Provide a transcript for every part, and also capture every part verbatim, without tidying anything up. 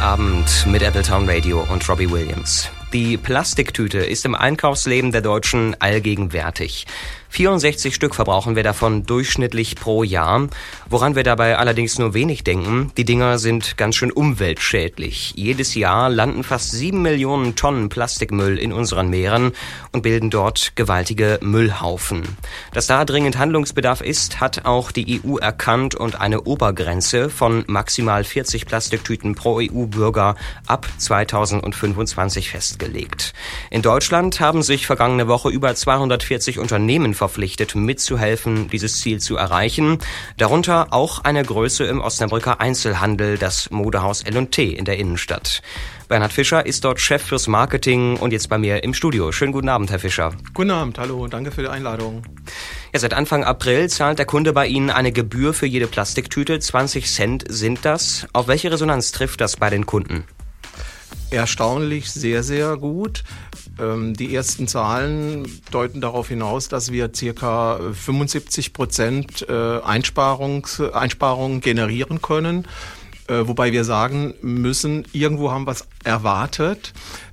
Abend mit Appletown Radio und Robbie Williams. Die Plastiktüte ist im Einkaufsleben der Deutschen allgegenwärtig. vierundsechzig Stück verbrauchen wir davon durchschnittlich pro Jahr. Woran wir dabei allerdings nur wenig denken, die Dinger sind ganz schön umweltschädlich. Jedes Jahr landen fast sieben Millionen Tonnen Plastikmüll in unseren Meeren und bilden dort gewaltige Müllhaufen. Dass da dringend Handlungsbedarf ist, hat auch die E U erkannt und eine Obergrenze von maximal vierzig Plastiktüten pro E U-Bürger ab zweitausendfünfundzwanzig festgelegt. In Deutschland haben sich vergangene Woche über zweihundertvierzig Unternehmen verpflichtet, mitzuhelfen, dieses Ziel zu erreichen. Darunter auch eine Größe im Osnabrücker Einzelhandel, das Modehaus L und T in der Innenstadt. Bernhard Fischer ist dort Chef fürs Marketing und jetzt bei mir im Studio. Schönen guten Abend, Herr Fischer. Guten Abend, hallo, danke für die Einladung. Ja, seit Anfang April zahlt der Kunde bei Ihnen eine Gebühr für jede Plastiktüte. zwanzig Cent sind das. Auf welche Resonanz trifft das bei den Kunden? Erstaunlich sehr, sehr gut. Ähm, die ersten Zahlen deuten darauf hinaus, dass wir circa fünfundsiebzig Prozent äh, Einsparungs, Einsparungen generieren können. Äh, wobei wir sagen müssen, irgendwo haben wir es erwartet.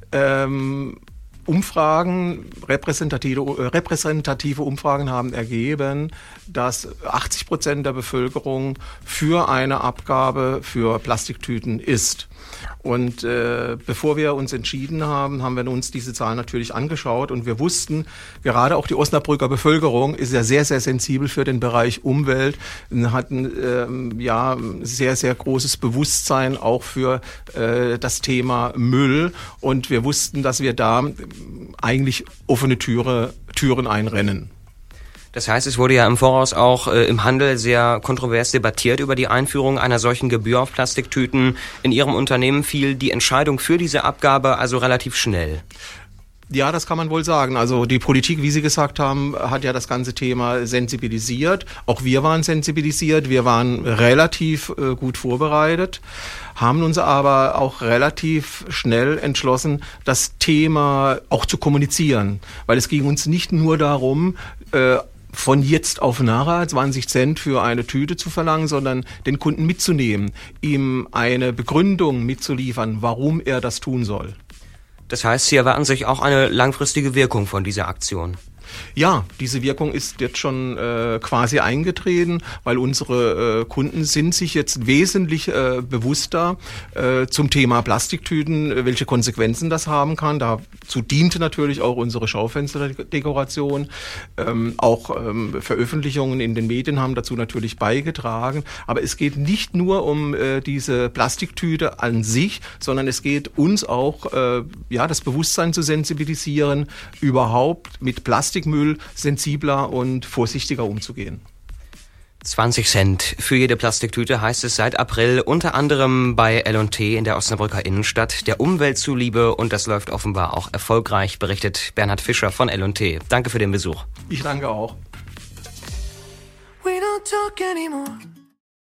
Ähm, Umfragen, repräsentative, repräsentative Umfragen haben ergeben, dass achtzig Prozent der Bevölkerung für eine Abgabe für Plastiktüten ist. Und äh, bevor wir uns entschieden haben, haben wir uns diese Zahlen natürlich angeschaut und wir wussten, gerade auch die Osnabrücker Bevölkerung ist ja sehr, sehr sensibel für den Bereich Umwelt, hat ein ähm, ja, sehr, sehr großes Bewusstsein auch für äh, das Thema Müll und wir wussten, dass wir da eigentlich offene Türe, Türen einrennen. Das heißt, es wurde ja im Voraus auch äh, im Handel sehr kontrovers debattiert über die Einführung einer solchen Gebühr auf Plastiktüten. In Ihrem Unternehmen fiel die Entscheidung für diese Abgabe also relativ schnell. Ja, das kann man wohl sagen. Also die Politik, wie Sie gesagt haben, hat ja das ganze Thema sensibilisiert. Auch wir waren sensibilisiert. Wir waren relativ äh, gut vorbereitet, haben uns aber auch relativ schnell entschlossen, das Thema auch zu kommunizieren. Weil es ging uns nicht nur darum, äh, von jetzt auf nachher zwanzig Cent für eine Tüte zu verlangen, sondern den Kunden mitzunehmen, ihm eine Begründung mitzuliefern, warum er das tun soll. Das heißt, Sie erwarten sich auch eine langfristige Wirkung von dieser Aktion? Ja, diese Wirkung ist jetzt schon äh, quasi eingetreten, weil unsere äh, Kunden sind sich jetzt wesentlich äh, bewusster äh, zum Thema Plastiktüten, äh, welche Konsequenzen das haben kann. Dazu diente natürlich auch unsere Schaufensterdekoration. Ähm, auch ähm, Veröffentlichungen in den Medien haben dazu natürlich beigetragen. Aber es geht nicht nur um äh, diese Plastiktüte an sich, sondern es geht uns auch, äh, ja, das Bewusstsein zu sensibilisieren, überhaupt mit Plastik Müll sensibler und vorsichtiger umzugehen. zwanzig Cent für jede Plastiktüte heißt es seit April, unter anderem bei L und T in der Osnabrücker Innenstadt, der Umwelt zuliebe und das läuft offenbar auch erfolgreich, berichtet Bernhard Fischer von L und T. Danke für den Besuch. Ich danke auch. We don't talk anymore.